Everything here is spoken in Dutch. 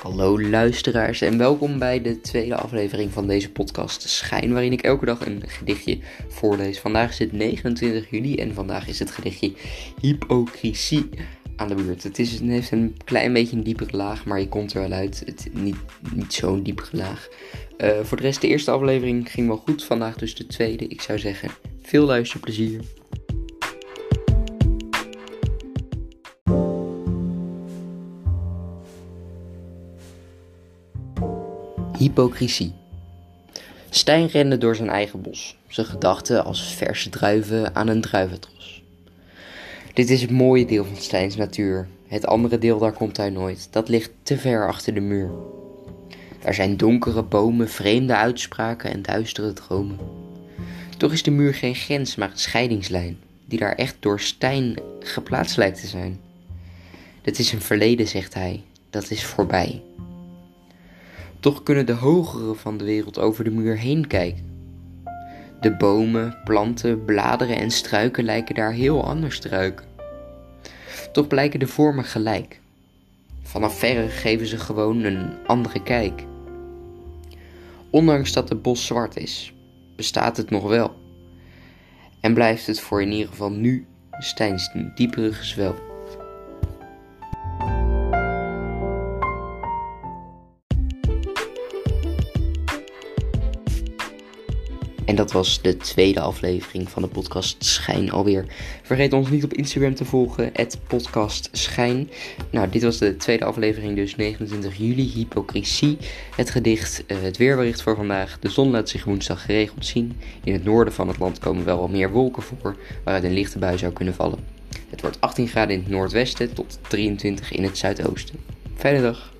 Hallo luisteraars en welkom bij de tweede aflevering van deze podcast Schijn, waarin ik elke dag een gedichtje voorlees. Vandaag is het 29 juli en vandaag is het gedichtje Hypocrisie aan de beurt. Het heeft een klein beetje een diepere laag, maar je komt er wel uit. Het niet zo'n diepere laag. Voor de rest, de eerste aflevering ging wel goed, vandaag dus de tweede. Ik zou zeggen, veel luisterplezier. Hypocrisie. Stijn rende door zijn eigen bos, zijn gedachten als verse druiven aan een druiventros. Dit is het mooie deel van Stijns natuur. Het andere deel, daar komt hij nooit. Dat ligt te ver achter de muur. Daar zijn donkere bomen, vreemde uitspraken en duistere dromen. Toch is de muur geen grens, maar een scheidingslijn, die daar echt door Stijn geplaatst lijkt te zijn. Dit is een verleden, zegt hij. Dat is voorbij. Toch kunnen de hogeren van de wereld over de muur heen kijken. De bomen, planten, bladeren en struiken lijken daar heel anders te ruiken. Toch blijken de vormen gelijk. Vanaf verre geven ze gewoon een andere kijk. Ondanks dat het bos zwart is, bestaat het nog wel. En blijft het voor in ieder geval nu Stijns diepere gezwel. En dat was de tweede aflevering van de podcast Schijn alweer. Vergeet ons niet op Instagram te volgen, @podcastschijn. Nou, dit was de tweede aflevering, dus 29 juli, Hypocrisie. Het gedicht, het weerbericht voor vandaag. De zon laat zich woensdag geregeld zien. In het noorden van het land komen wel wat meer wolken voor, waaruit een lichte bui zou kunnen vallen. Het wordt 18 graden in het noordwesten tot 23 in het zuidoosten. Fijne dag.